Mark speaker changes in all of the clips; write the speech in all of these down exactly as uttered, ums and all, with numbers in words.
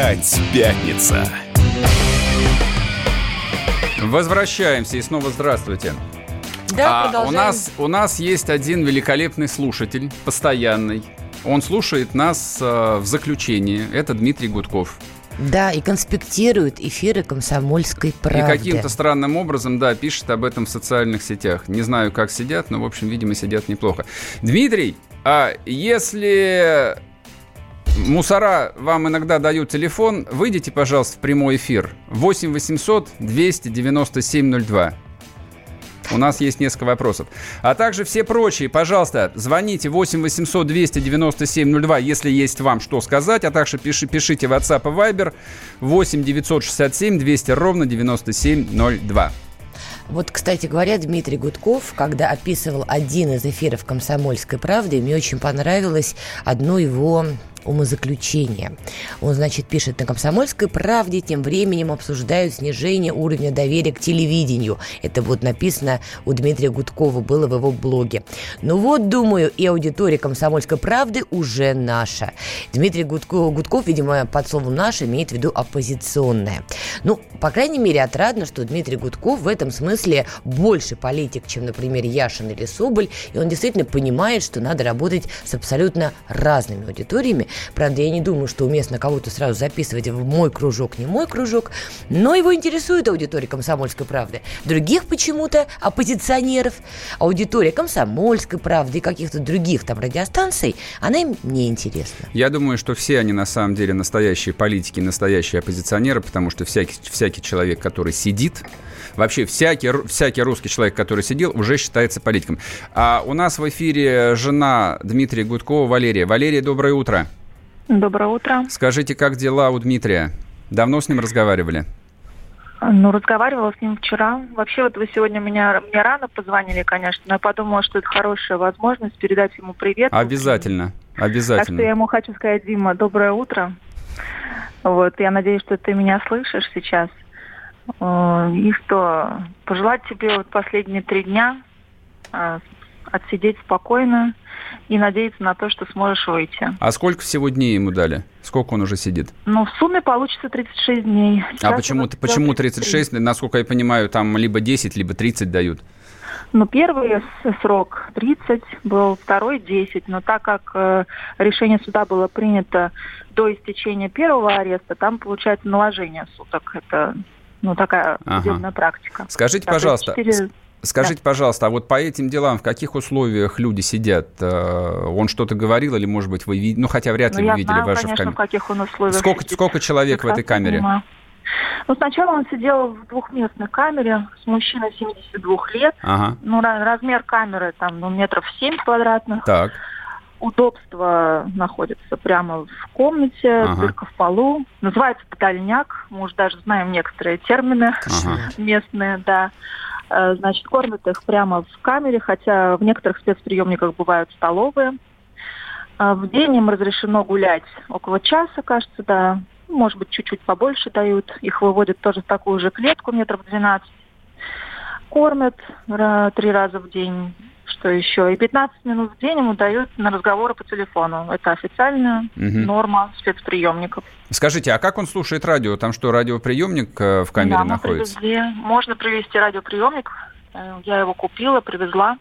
Speaker 1: Опять пятница.
Speaker 2: Возвращаемся и снова здравствуйте.
Speaker 3: Да,
Speaker 2: а
Speaker 3: продолжаем.
Speaker 2: у нас, у нас есть один великолепный слушатель, постоянный. Он слушает нас э, в заключении. Это Дмитрий Гудков.
Speaker 3: Да, и конспектирует эфиры «Комсомольской правды».
Speaker 2: И каким-то странным образом, да, пишет об этом в социальных сетях. Не знаю, как сидят, но, в общем, видимо, сидят неплохо. Дмитрий, а если мусора вам иногда дают телефон, выйдите, пожалуйста, в прямой эфир. восемь восемьсот двести девяносто семь ноль два. У нас есть несколько вопросов. А также все прочие, пожалуйста, звоните восемь восемьсот двести девяносто семь ноль два, если есть вам что сказать. А также пиши, пишите в WhatsApp и Viber восемь девятьсот шестьдесят семь двести ровно девяносто семь ноль два.
Speaker 3: Вот, кстати говоря, Дмитрий Гудков, когда описывал один из эфиров «Комсомольской правды», мне очень понравилось одно его умозаключение. Он, значит, пишет: на «Комсомольской правде» тем временем обсуждают снижение уровня доверия к телевидению. Это вот написано у Дмитрия Гудкова, было в его блоге. Ну вот, думаю, и аудитория «Комсомольской правды» уже наша. Дмитрий Гудков, Гудков, видимо, под словом «наша» имеет в виду оппозиционная. Ну, по крайней мере, отрадно, что Дмитрий Гудков в этом смысле больше политик, чем, например, Яшин или Соболь, и он действительно понимает, что надо работать с абсолютно разными аудиториями. Правда, я не думаю, что уместно кого-то сразу записывать в мой кружок, не мой кружок, но его интересует аудитория «Комсомольской правды». Других почему-то оппозиционеров, аудитория «Комсомольской правды» и каких-то других там радиостанций, она им не интересна.
Speaker 2: Я думаю, что все они на самом деле настоящие политики, настоящие оппозиционеры, потому что всякий, всякий человек, который сидит, вообще всякий, всякий русский человек, который сидел, уже считается политиком. А у нас в эфире жена Дмитрия Гудкова, Валерия. Валерия, доброе утро.
Speaker 4: Доброе утро.
Speaker 2: Скажите, как дела у Дмитрия? Давно с ним разговаривали?
Speaker 4: Ну, разговаривала с ним вчера. Вообще, вот вы сегодня меня, мне рано позвонили, конечно, но я подумала, что это хорошая возможность передать ему привет.
Speaker 2: Обязательно, обязательно.
Speaker 4: Так что я ему хочу сказать: Дима, доброе утро. Вот, я надеюсь, что ты меня слышишь сейчас. И что, пожелать тебе вот последние три дня отсидеть спокойно и надеяться на то, что сможешь выйти.
Speaker 2: А сколько всего дней ему дали? Сколько он уже сидит?
Speaker 4: Ну, в сумме получится тридцать шесть дней. Сейчас
Speaker 2: а почему, почему тридцать шесть? Насколько я понимаю, там либо десять, либо тридцать дают.
Speaker 4: Ну, первый срок тридцать был, второй десять. Но так как э, решение суда было принято до истечения первого ареста, там получается наложение суток. Это, ну, такая судебная ага. практика.
Speaker 2: Скажите, так, пожалуйста... четыре... Скажите, да. пожалуйста, а вот по этим делам в каких условиях люди сидят? Он что-то говорил или, может быть, вы видели? Ну, хотя вряд ли ну, вы видели
Speaker 4: знаю,
Speaker 2: вашу
Speaker 4: конечно,
Speaker 2: камеру.
Speaker 4: в каких он условиях
Speaker 2: Сколько,
Speaker 4: сидит.
Speaker 2: сколько человек я в этой камере?
Speaker 4: Понимаю. Ну, сначала он сидел в двухместной камере с мужчиной семидесяти двух лет.
Speaker 2: Ага.
Speaker 4: Ну, размер камеры там, ну, метров семь квадратных.
Speaker 2: Так.
Speaker 4: Удобство находится прямо в комнате,
Speaker 2: ага.
Speaker 4: дырка в полу. Называется «дальняк». Мы уже даже знаем некоторые термины ага. местные, да. Значит, кормят их прямо в камере, хотя в некоторых спецприемниках бывают столовые. В день им разрешено гулять около часа, кажется, да. Может быть, чуть-чуть побольше дают. Их выводят тоже в такую же клетку, метров двенадцать. Кормят три раза в день. Что еще? И пятнадцать минут в день ему дают на разговоры по телефону. Это официальная угу. норма спецприемников.
Speaker 2: Скажите, а как он слушает радио? Там что, радиоприемник в камере
Speaker 4: да,
Speaker 2: находится?
Speaker 4: Мы привезли. Можно привезти радиоприемник. Я его купила, привезла.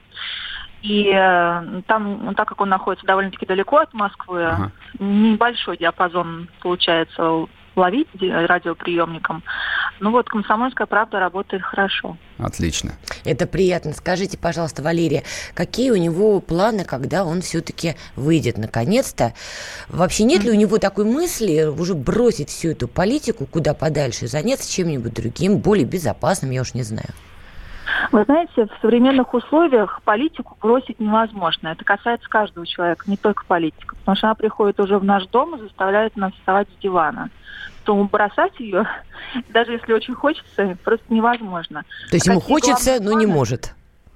Speaker 4: И э, там, ну, так как он находится довольно-таки далеко от Москвы, ага. небольшой диапазон получается ловить радиоприемником. Ну вот, «Комсомольская правда» работает хорошо.
Speaker 2: Отлично.
Speaker 3: Это приятно. Скажите, пожалуйста, Валерия, какие у него планы, когда он все-таки выйдет наконец-то? Вообще нет mm-hmm. ли у него такой мысли уже бросить всю эту политику куда подальше, заняться чем-нибудь другим, более безопасным, я уж не знаю?
Speaker 4: Вы знаете, в современных условиях политику бросить невозможно. Это касается каждого человека, не только политика. Потому что она приходит уже в наш дом и заставляет нас вставать с дивана. То бросать ее, даже если очень хочется, просто невозможно.
Speaker 3: То есть а ему хочется, но не может?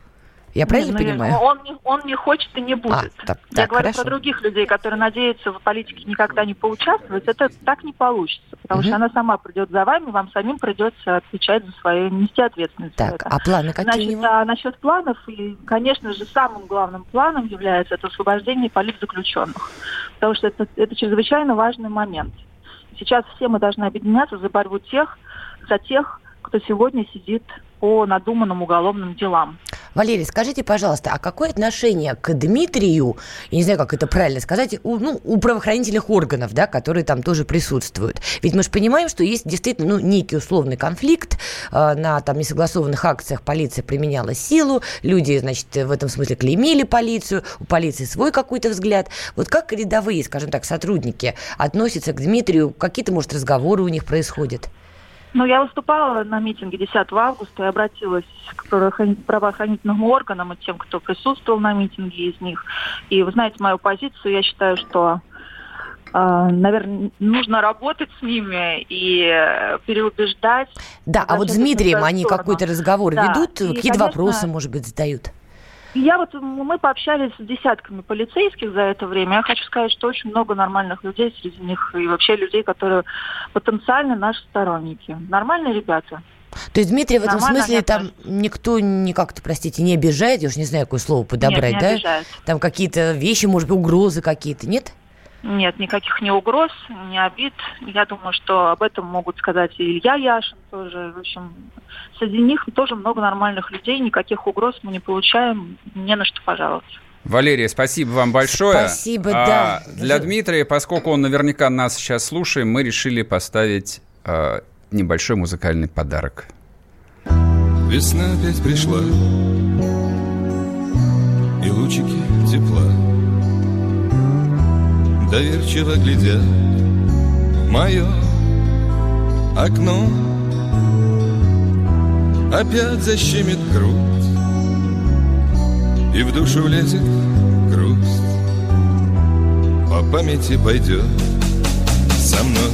Speaker 3: Я правильно
Speaker 4: не,
Speaker 3: понимаю?
Speaker 4: Он не, он не хочет и не будет.
Speaker 3: А, так,
Speaker 4: Я
Speaker 3: так,
Speaker 4: говорю
Speaker 3: хорошо.
Speaker 4: про других людей, которые надеются в политике никогда не поучаствовать. Это так не получится, потому угу. что она сама придет за вами, вам самим придется отвечать за свои, нести ответственность.
Speaker 3: Так,
Speaker 4: за это.
Speaker 3: А планы какие
Speaker 4: Значит,
Speaker 3: у него?
Speaker 4: А насчет планов, и, конечно же, самым главным планом является это освобождение политзаключенных, потому что это, это чрезвычайно важный момент. Сейчас все мы должны объединяться за борьбу тех, за тех, кто сегодня сидит по надуманным уголовным делам.
Speaker 3: Валерий, скажите, пожалуйста, а какое отношение к Дмитрию, я не знаю, как это правильно сказать, у, ну, у правоохранительных органов, да, которые там тоже присутствуют? Ведь мы же понимаем, что есть действительно ну, некий условный конфликт, э, на там несогласованных акциях полиция применяла силу, люди, значит, в этом смысле клеймили полицию, у полиции свой какой-то взгляд. Вот как рядовые, скажем так, сотрудники относятся к Дмитрию, какие-то, может, разговоры у них происходят?
Speaker 4: Ну, я выступала на митинге десятого августа и обратилась к правоохранительным органам и тем, кто присутствовал на митинге из них. И вы знаете мою позицию, я считаю, что, э, наверное, нужно работать с ними и переубеждать.
Speaker 3: Да, а вот с Дмитрием они какой-то разговор
Speaker 4: да.
Speaker 3: ведут,
Speaker 4: и,
Speaker 3: какие-то
Speaker 4: конечно,
Speaker 3: вопросы, может быть, задают?
Speaker 4: Я вот, мы пообщались с десятками полицейских за это время. Я хочу сказать, что очень много нормальных людей среди них и вообще людей, которые потенциально наши сторонники. Нормальные ребята.
Speaker 3: То есть Дмитрий в этом
Speaker 4: Нормально
Speaker 3: смысле там никто не как-то, простите, не обижает, я уж не знаю, какое слово подобрать,
Speaker 4: Нет, не
Speaker 3: да?
Speaker 4: обижает.
Speaker 3: Там какие-то вещи, может быть, угрозы какие-то, нет?
Speaker 4: Нет, никаких ни угроз, ни обид. Я думаю, что об этом могут сказать и Илья Яшин тоже. В общем, среди них тоже много нормальных людей, никаких угроз мы не получаем, не на что пожаловаться.
Speaker 2: Валерия, спасибо вам большое.
Speaker 3: Спасибо,
Speaker 2: а,
Speaker 3: да.
Speaker 2: Для Дмитрия, поскольку он наверняка нас сейчас слушает, мы решили поставить а, небольшой музыкальный подарок.
Speaker 1: Весна опять пришла, и лучики тепла доверчиво глядя в мое окно. Опять защемит грудь, и в душу влезет грусть. По памяти пойдет со мной.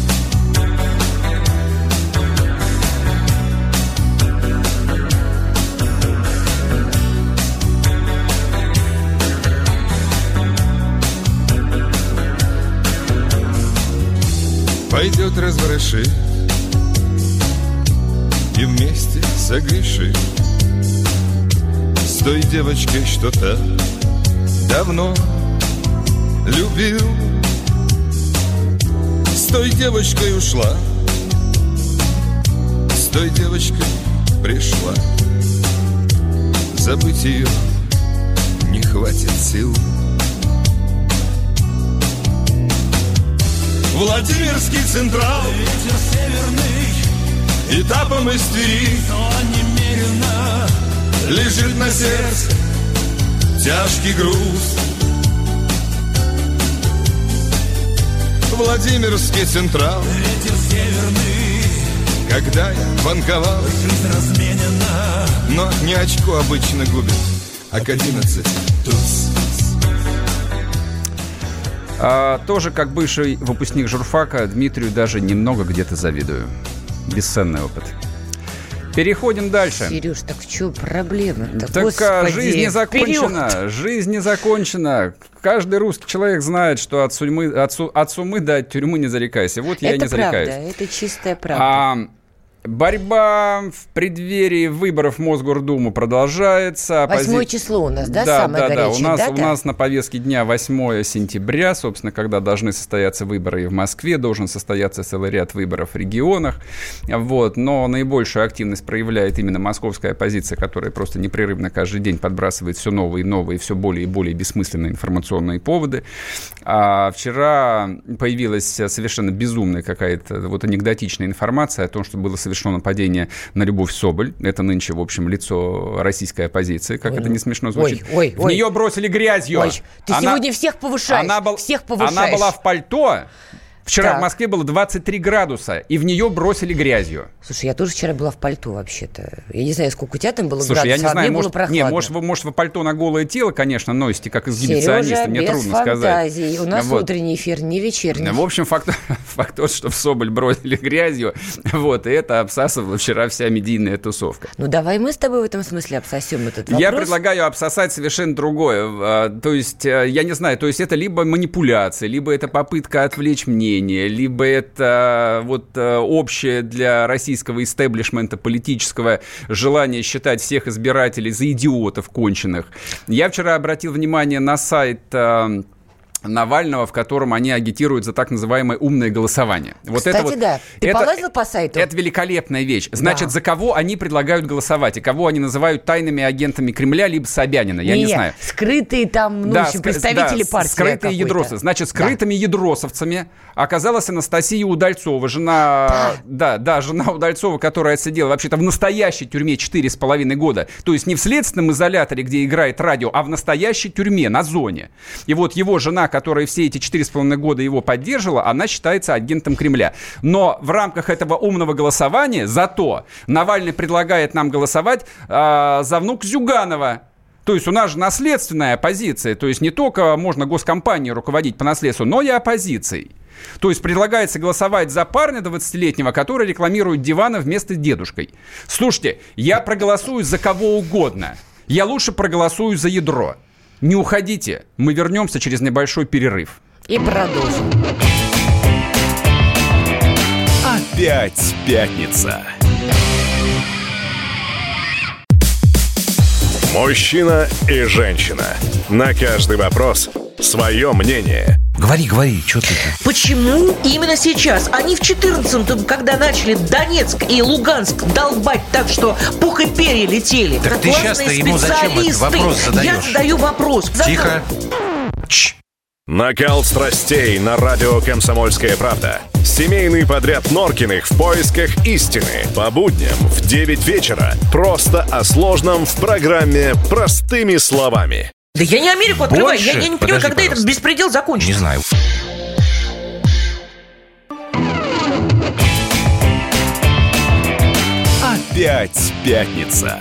Speaker 1: Пойдет разворошит и вместе согрешит с той девочкой, что так давно любил. С той девочкой ушла, с той девочкой пришла. Забыть ее не хватит сил. Владимирский Централ, ветер северный, этапом из Твери, но немерено лежит на сердце тяжкий груз. Владимирский Централ, ветер северный, когда я банковал, жизнь разменена, но не очко обычно губит, а к одиннадцати туз.
Speaker 2: А, тоже, как бывший выпускник журфака, Дмитрию даже немного где-то завидую. Бесценный опыт. Переходим дальше.
Speaker 3: Сереж, так в чем проблема-то?
Speaker 2: Так
Speaker 3: Господи,
Speaker 2: жизнь не закончена.
Speaker 3: Вперед!
Speaker 2: Жизнь не закончена. Каждый русский человек знает, что от сумы, от, су, от сумы до тюрьмы не зарекайся. Вот я
Speaker 3: это
Speaker 2: и не зарекаюсь.
Speaker 3: Это правда, это чистая правда.
Speaker 2: А, борьба в преддверии выборов в Мосгордуму продолжается.
Speaker 3: Восьмое число у нас, да,
Speaker 2: да
Speaker 3: самая
Speaker 2: да,
Speaker 3: горячая
Speaker 2: да. У нас,
Speaker 3: дата?
Speaker 2: у нас на повестке дня восьмое сентября, собственно, когда должны состояться выборы и в Москве, должен состояться целый ряд выборов в регионах. Вот. Но наибольшую активность проявляет именно московская оппозиция, которая просто непрерывно каждый день подбрасывает все новые и новые, все более и более бессмысленные информационные поводы. А вчера появилась совершенно безумная какая-то вот анекдотичная информация о том, что было совершено нападение на Любовь Соболь. Это нынче, в общем, лицо российской оппозиции. Как ой, это не смешно звучит.
Speaker 3: Ой, ой,
Speaker 2: в ой. нее бросили грязью.
Speaker 3: Ой, ты она, сегодня всех повышаешь.
Speaker 2: Она, был,
Speaker 3: всех повышаешь.
Speaker 2: Она была в пальто. Вчера
Speaker 3: так.
Speaker 2: в Москве было двадцать три градуса, и в нее бросили грязью.
Speaker 3: Слушай, я тоже вчера была в пальто, вообще-то. Я не знаю, сколько у тебя там было
Speaker 2: Слушай,
Speaker 3: градусов,
Speaker 2: я не знаю,
Speaker 3: а
Speaker 2: может,
Speaker 3: было
Speaker 2: не, может, вы, может, вы пальто на голое тело, конечно, носите, как эксгибиционисты, мне
Speaker 3: без
Speaker 2: трудно
Speaker 3: фантазии.
Speaker 2: сказать.
Speaker 3: У нас
Speaker 2: вот.
Speaker 3: утренний эфир, не вечерний.
Speaker 2: В общем, факт, факт тот, что в Соболь бросили грязью, вот, и это обсасывала вчера вся медийная тусовка.
Speaker 3: Ну, давай мы с тобой в этом смысле обсосем этот вопрос.
Speaker 2: Я предлагаю обсосать совершенно другое. То есть, я не знаю, то есть это либо манипуляция, либо это попытка отвлечь мнение, либо это вот общее для российского истеблишмента политического желание считать всех избирателей за идиотов конченых. Я вчера обратил внимание на сайт Навального, в котором они агитируют за так называемое умное голосование. Вот
Speaker 3: Кстати,
Speaker 2: это вот,
Speaker 3: да. Ты
Speaker 2: это,
Speaker 3: полазил по сайту?
Speaker 2: Это великолепная вещь. Значит,
Speaker 3: да.
Speaker 2: за кого они предлагают голосовать, и кого они называют тайными агентами Кремля, либо Собянина, я не, не знаю.
Speaker 3: Скрытые там, ну,
Speaker 2: да,
Speaker 3: в общем, представители
Speaker 2: да,
Speaker 3: партии
Speaker 2: скрытые
Speaker 3: какой-то.
Speaker 2: ядросы. Значит, скрытыми да. ядросовцами оказалась Анастасия Удальцова, жена, да. Да, да, жена Удальцова, которая отсидела вообще-то в настоящей тюрьме четыре с половиной года. То есть не в следственном изоляторе, где играет радио, а в настоящей тюрьме, на зоне. И вот его жена, которая все эти четыре с половиной года его поддерживала, она считается агентом Кремля. Но в рамках этого умного голосования зато Навальный предлагает нам голосовать э, за внук Зюганова. То есть у нас же наследственная оппозиция. То есть не только можно госкомпанией руководить по наследству, но и оппозицией. То есть предлагается голосовать за парня двадцатилетнего, который рекламирует диваны вместо дедушкой. Слушайте, я проголосую за кого угодно. Я лучше проголосую за ядро. Не уходите, мы вернемся через небольшой перерыв.
Speaker 3: И продолжим.
Speaker 5: Опять пятница. Мужчина и женщина. На каждый вопрос свое мнение.
Speaker 6: Говори, говори, что ты...
Speaker 7: Почему именно сейчас? Они в четырнадцатом, когда начали Донецк и Луганск долбать так, что пух и перья летели.
Speaker 6: Так ты сейчас-то ему зачем этот вопрос задаешь?
Speaker 7: Я задаю вопрос.
Speaker 6: Тихо. Чш.
Speaker 5: Накал страстей на радио «Комсомольская правда». Семейный подряд Норкиных в поисках истины. По будням в девять вечера. Просто о сложном в программе «Простыми словами».
Speaker 7: Да я не Америку открываю.
Speaker 6: Больше?
Speaker 7: Я, я не
Speaker 6: Подожди,
Speaker 7: понимаю, когда
Speaker 6: пожалуйста.
Speaker 7: этот беспредел закончится.
Speaker 6: Не знаю.
Speaker 5: Опять пятница.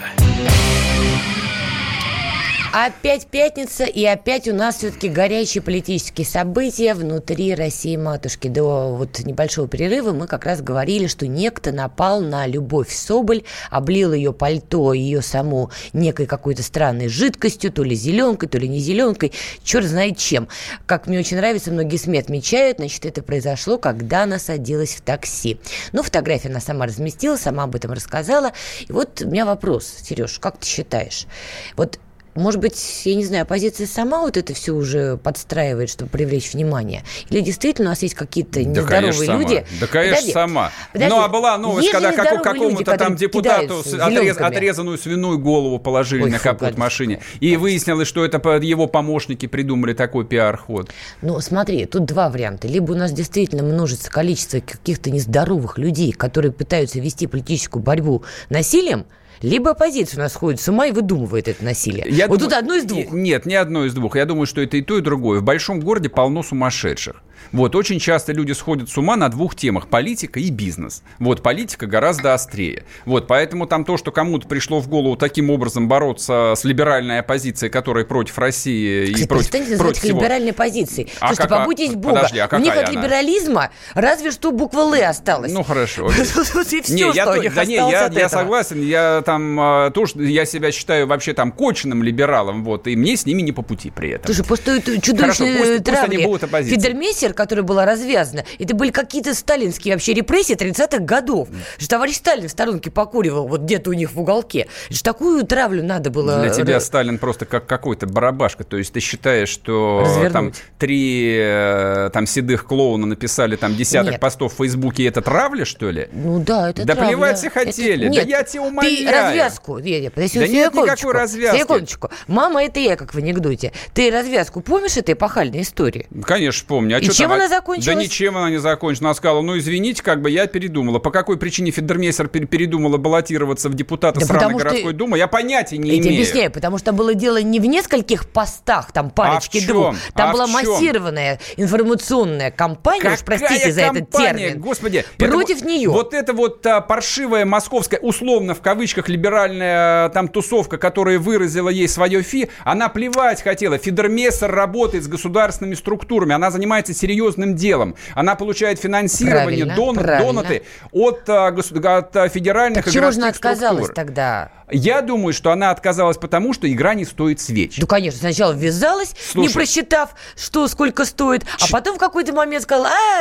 Speaker 3: Опять пятница, и опять у нас все-таки горячие политические события внутри России-матушки. До вот небольшого перерыва мы как раз говорили, что некто напал на Любовь Соболь, облил ее пальто, ее саму некой какой-то странной жидкостью, то ли зеленкой, то ли не зеленкой, черт знает чем. Как мне очень нравится, многие СМИ отмечают, значит, это произошло, когда она садилась в такси. Ну, фотографию она сама разместила, сама об этом рассказала. И вот у меня вопрос, Сереж, как ты считаешь? Вот может быть, я не знаю, оппозиция сама вот это все уже подстраивает, чтобы привлечь внимание? Или действительно у нас есть какие-то нездоровые
Speaker 2: да,
Speaker 3: люди?
Speaker 2: Сама. Да, конечно,
Speaker 3: Подожди,
Speaker 2: сама.
Speaker 3: подожди.
Speaker 2: Ну, а была новость,
Speaker 3: есть
Speaker 2: когда как, какому-то
Speaker 3: люди,
Speaker 2: там депутату отрез, отрезанную свиную голову положили Ой, на капот фу, машине. И выяснилось, что это его помощники придумали такой пиар-ход.
Speaker 3: Ну, смотри, тут два варианта. Либо у нас действительно множится количество каких-то нездоровых людей, которые пытаются вести политическую борьбу насилием, либо оппозиция у нас сходит с ума и выдумывает это насилие. Я вот думаю, тут одно из двух.
Speaker 2: Нет, не одно из двух. Я думаю, что это и то, и другое. В большом городе полно сумасшедших. Вот, очень часто люди сходят с ума на двух темах – политика и бизнес. Вот, политика гораздо острее. Вот, поэтому там то, что кому-то пришло в голову таким образом бороться с либеральной оппозицией, которая против России
Speaker 3: Кстати,
Speaker 2: и против,
Speaker 3: перестаньте
Speaker 2: против
Speaker 3: называть
Speaker 2: всего...
Speaker 3: либеральной позицией.
Speaker 2: А
Speaker 3: Слушайте,
Speaker 2: как,
Speaker 3: побойтесь Бога.
Speaker 2: Подожди, а
Speaker 3: у них от
Speaker 2: она?
Speaker 3: либерализма разве что буква «Л» осталась.
Speaker 2: Ну, хорошо.
Speaker 3: И все,
Speaker 2: не,
Speaker 3: что
Speaker 2: я,
Speaker 3: у них
Speaker 2: да, не, я, я согласен, я там тоже, я себя считаю вообще там коченным либералом, вот, и мне с ними не по пути при этом.
Speaker 3: Слушай, после той чудовищной травли Фидермессер, которая была развязана, это были какие-то сталинские вообще репрессии тридцатых годов. Что товарищ Сталин в сторонке покуривал вот где-то у них в уголке. Что такую травлю надо было...
Speaker 2: Для тебя Сталин просто как какой-то барабашка. То есть ты считаешь, что развернуть. Там три там, седых клоуна написали там десяток Нет. постов в Фейсбуке, и это травля, что ли?
Speaker 3: Ну да, это
Speaker 2: да
Speaker 3: травля.
Speaker 2: Да плевать все хотели.
Speaker 3: Это... Нет,
Speaker 2: да я тебя умоляю.
Speaker 3: Ты развязку... Нет, подожди,
Speaker 2: да нет никакой развязки.
Speaker 3: Секундочку. Мама, это я, как в анекдоте. Ты развязку помнишь этой эпохальной истории?
Speaker 2: Конечно, помню. А
Speaker 3: и чем
Speaker 2: там?
Speaker 3: она закончилась?
Speaker 2: Да ничем она не закончилась. Она сказала, ну, извините, как бы я передумала. По какой причине Фидермессер передумала баллотироваться в депутаты да сраной городской ты... думы, я понятия не
Speaker 3: я
Speaker 2: имею.
Speaker 3: Я тебе объясняю, потому что было дело не в нескольких постах, там парочки
Speaker 2: а
Speaker 3: двух. Там
Speaker 2: а
Speaker 3: была массированная информационная кампания,
Speaker 2: Какая
Speaker 3: уж простите за
Speaker 2: кампания?
Speaker 3: этот термин,
Speaker 2: Господи,
Speaker 3: против
Speaker 2: это,
Speaker 3: нее.
Speaker 2: Вот это вот а, паршивая московская, условно в кавычках, либеральная там тусовка, которая выразила ей свое фи, она плевать хотела. Фидермессер работает с государственными структурами, она занимается серьезным делом. Она получает финансирование, дон, донаты от, от, от федеральных
Speaker 3: так
Speaker 2: и городских
Speaker 3: структур. Чего же она отказалась
Speaker 2: структур.
Speaker 3: тогда?
Speaker 2: Я думаю, что она отказалась потому, что игра не стоит свеч.
Speaker 3: Ну, конечно, сначала ввязалась, Слушай, не просчитав, что сколько стоит, а потом в какой-то момент сказала, а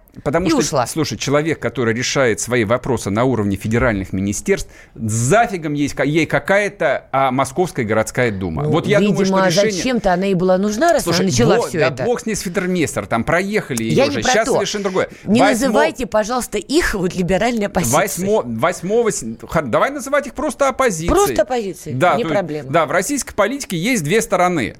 Speaker 2: Потому
Speaker 3: и
Speaker 2: что,
Speaker 3: ушла.
Speaker 2: слушай, человек, который решает свои вопросы на уровне федеральных министерств, зафигом есть ей какая-то а, Московская городская дума.
Speaker 3: Ну,
Speaker 2: вот я
Speaker 3: видимо,
Speaker 2: думаю, что решение...
Speaker 3: зачем-то она и была нужна, раз
Speaker 2: Слушай,
Speaker 3: она начала
Speaker 2: бог,
Speaker 3: все
Speaker 2: да
Speaker 3: это.
Speaker 2: бог с ней с федермейстер, там проехали ее
Speaker 3: Я
Speaker 2: уже.
Speaker 3: не про
Speaker 2: Сейчас
Speaker 3: то.
Speaker 2: совершенно другое.
Speaker 3: Не
Speaker 2: Восьмо...
Speaker 3: называйте, пожалуйста, их вот либеральной оппозицией.
Speaker 2: Восьмо... Восьмого... Давай называть их просто оппозицией.
Speaker 3: Просто оппозицией,
Speaker 2: да,
Speaker 3: не
Speaker 2: то,
Speaker 3: проблема.
Speaker 2: Да, в российской политике есть две стороны.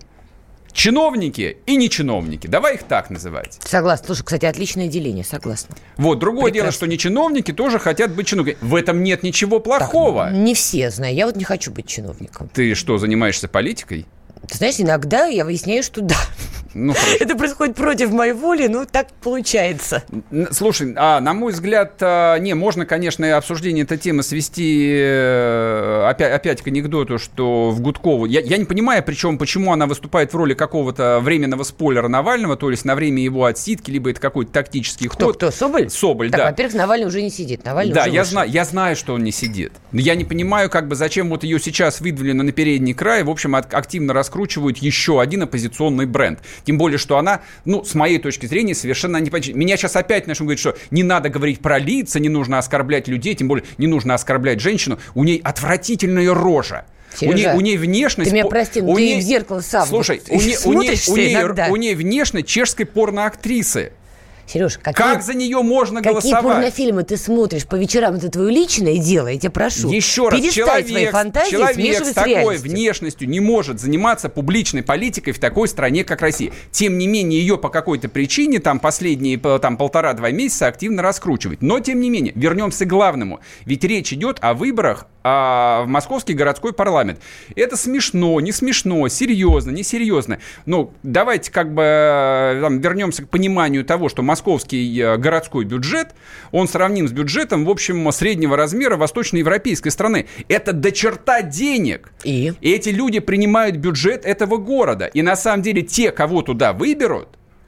Speaker 2: Чиновники и нечиновники. Давай их так называть.
Speaker 3: Согласна. Слушай, кстати, отличное деление, согласна.
Speaker 2: Вот, другое
Speaker 3: Прекрасно.
Speaker 2: дело, что нечиновники тоже хотят быть чиновниками. В этом нет ничего плохого.
Speaker 3: Так, не все знаю. Я вот не хочу быть чиновником.
Speaker 2: Ты что, занимаешься политикой?
Speaker 3: Ты знаешь, иногда я выясняю, что да.
Speaker 2: Ну,
Speaker 3: это происходит против моей воли, но так получается.
Speaker 2: Слушай, а, на мой взгляд, а, не, можно, конечно, обсуждение этой темы свести э, опять, опять к анекдоту, что в Гудкову... Я, я не понимаю, причем, почему она выступает в роли какого-то временного спойлера Навального, то есть на время его отсидки, либо это какой-то тактический
Speaker 3: Кто,
Speaker 2: ход.
Speaker 3: кто, Соболь?
Speaker 2: Соболь,
Speaker 3: так,
Speaker 2: да.
Speaker 3: Во-первых, Навальный уже не сидит. Навальный
Speaker 2: да,
Speaker 3: уже
Speaker 2: я
Speaker 3: вышел.
Speaker 2: знаю, я знаю, что он не сидит. Но я не понимаю, как бы, зачем вот ее сейчас выдвинули на передний край, в общем, от, активно раскручивают еще один оппозиционный бренд. Тем более, что она, ну, с моей точки зрения, совершенно не... Меня сейчас опять начнут говорить, что не надо говорить про лица, не нужно оскорблять людей, тем более не нужно оскорблять женщину. У ней отвратительная рожа. У ней, у ней внешность...
Speaker 3: Ты меня прости, но
Speaker 2: у
Speaker 3: ты
Speaker 2: ней,
Speaker 3: в зеркало сам
Speaker 2: слушай, у ней, у, ней, у, ней, у ней внешность чешской порноактрисы.
Speaker 3: Сереж, какие,
Speaker 2: как за нее можно
Speaker 3: какие
Speaker 2: голосовать?
Speaker 3: Какие порнофильмы ты смотришь по вечерам? Это твое личное дело, я тебя прошу.
Speaker 2: Еще раз,
Speaker 3: перестань свои
Speaker 2: человек,
Speaker 3: фантазии
Speaker 2: человек с такой
Speaker 3: реальностью.
Speaker 2: внешностью не может заниматься публичной политикой в такой стране, как Россия. Тем не менее, ее по какой-то причине там последние там, полтора-два месяца активно раскручивать. Но, тем не менее, вернемся к главному. Ведь речь идет о выборах а, в Московский городской парламент. Это смешно, не смешно, серьезно, не серьезно. Ну, давайте как бы там, вернемся к пониманию того, что московский городской бюджет, он сравним с бюджетом, в общем, среднего размера восточноевропейской страны. Это до черта денег.
Speaker 3: И?
Speaker 2: И эти люди принимают бюджет этого города. И на самом деле те, кого туда выберут,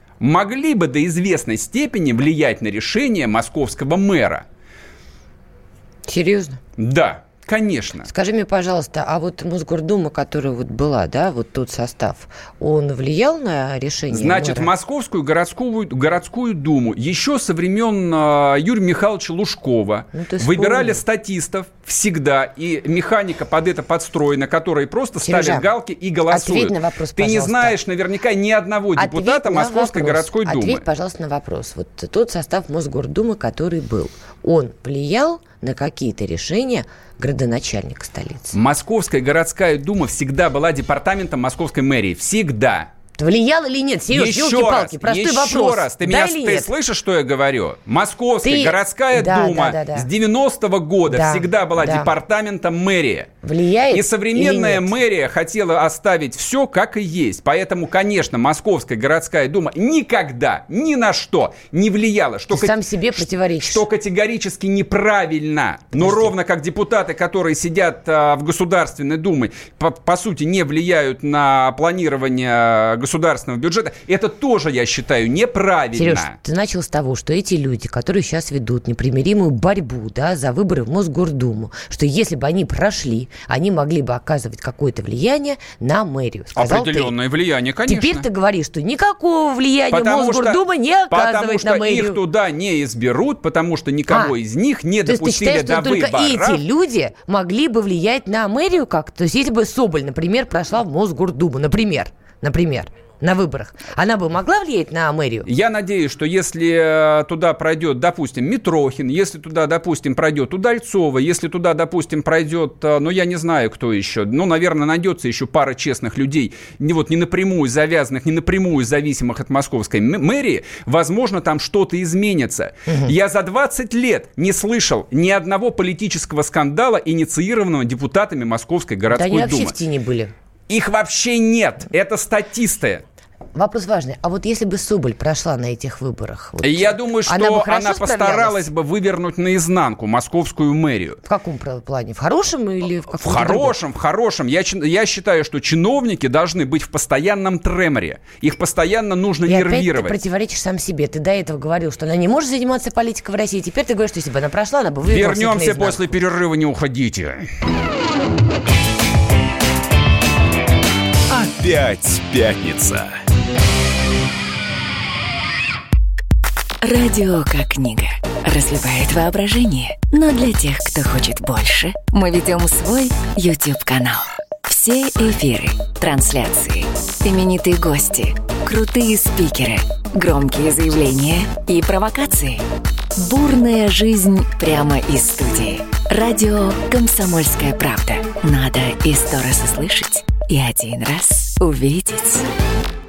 Speaker 2: могли бы до известной степени влиять на решение московского мэра.
Speaker 3: Серьезно?
Speaker 2: Да. Конечно.
Speaker 3: Скажи мне, пожалуйста, а вот Мосгордума, которая вот была, да, вот тот состав, он влиял на решение
Speaker 2: Значит,
Speaker 3: мэра?
Speaker 2: в Московскую городскую, городскую думу еще со времен э, Юрия Михайловича Лужкова ну, выбирали статистов всегда, и механика под это подстроена, которые просто
Speaker 3: Сережа,
Speaker 2: ставят галки и голосуют.
Speaker 3: Ответь на вопрос,
Speaker 2: Ты
Speaker 3: пожалуйста.
Speaker 2: не знаешь наверняка ни одного
Speaker 3: Ответь
Speaker 2: депутата Московской
Speaker 3: вопрос.
Speaker 2: городской думы.
Speaker 3: Ответь, пожалуйста, на вопрос. Вот тот состав Мосгордумы, который был, он влиял на какие-то решения градоначальника столицы?
Speaker 2: Московская городская дума всегда была департаментом московской мэрии. Всегда.
Speaker 3: Влиял или нет? Сереж,
Speaker 2: еще
Speaker 3: елки-палки,
Speaker 2: раз,
Speaker 3: простой
Speaker 2: еще
Speaker 3: вопрос.
Speaker 2: раз, ты,
Speaker 3: да
Speaker 2: меня, ты слышишь, что я говорю? Московская
Speaker 3: ты...
Speaker 2: городская
Speaker 3: да,
Speaker 2: дума
Speaker 3: да, да, да.
Speaker 2: с девяностого года
Speaker 3: да,
Speaker 2: всегда была
Speaker 3: да.
Speaker 2: департаментом мэрии.
Speaker 3: Влияет
Speaker 2: И современная
Speaker 3: или нет?
Speaker 2: мэрия хотела оставить все как и есть. Поэтому, конечно, Московская городская дума никогда, ни на что не влияла. Что
Speaker 3: ты
Speaker 2: ка...
Speaker 3: сам себе противоречишь.
Speaker 2: Что категорически неправильно. Но Подожди. ровно как депутаты, которые сидят а, в Государственной Думе, по, по сути, не влияют на планирование государственного бюджета, это тоже, я считаю, неправильно.
Speaker 3: Сереж, ты начал с того, что эти люди, которые сейчас ведут непримиримую борьбу, да, за выборы в Мосгордуму, что если бы они прошли, они могли бы оказывать какое-то влияние на мэрию.
Speaker 2: Определенное
Speaker 3: ты.
Speaker 2: влияние, конечно.
Speaker 3: Теперь ты говоришь, что никакого влияния
Speaker 2: потому
Speaker 3: Мосгордума
Speaker 2: что,
Speaker 3: не оказывает
Speaker 2: потому что
Speaker 3: на мэрию.
Speaker 2: их туда не изберут, потому что никого
Speaker 3: а,
Speaker 2: из них не
Speaker 3: то
Speaker 2: допустили
Speaker 3: есть ты считаешь,
Speaker 2: до
Speaker 3: что
Speaker 2: выборов.
Speaker 3: только эти люди могли бы влиять на мэрию как-то? То есть если бы Соболь, например, прошла в Мосгордуму, например, например, на выборах, она бы могла влиять на мэрию?
Speaker 2: Я надеюсь, что если туда пройдет, допустим, Митрохин, если туда, допустим, пройдет Удальцова, если туда, допустим, пройдет, ну, я не знаю, кто еще, ну, наверное, найдется еще пара честных людей, не, вот, не напрямую завязанных, не напрямую зависимых от московской мэрии, возможно, там что-то изменится. Угу. Я за двадцать лет не слышал ни одного политического скандала, инициированного депутатами Московской городской
Speaker 3: думы. Да они
Speaker 2: думы.
Speaker 3: вообще в тени были.
Speaker 2: Их вообще нет. Это статисты.
Speaker 3: Вопрос важный. А вот если бы Соболь прошла на этих выборах? Вот,
Speaker 2: я думаю, что
Speaker 3: она, бы
Speaker 2: она постаралась бы вывернуть наизнанку московскую мэрию.
Speaker 3: В каком плане? В хорошем или в каком-то
Speaker 2: В хорошем, другом? в хорошем. Я, я считаю, что чиновники должны быть в постоянном треморе. Их постоянно нужно
Speaker 3: и
Speaker 2: нервировать.
Speaker 3: Опять ты противоречишь сам себе. Ты до этого говорил, что она не может заниматься политикой в России. Теперь ты говоришь, что если бы она прошла, она бы вывернулась наизнанку.
Speaker 2: Вернемся после перерыва, не уходите.
Speaker 5: Опять пятница.
Speaker 8: Радио как книга. Развивает воображение. Но для тех, кто хочет больше, мы ведем свой YouTube-канал. Все эфиры, трансляции, именитые гости, крутые спикеры, громкие заявления и провокации. Бурная жизнь прямо из студии. Радио «Комсомольская правда». Надо и сто раз услышать, и один раз увидеть.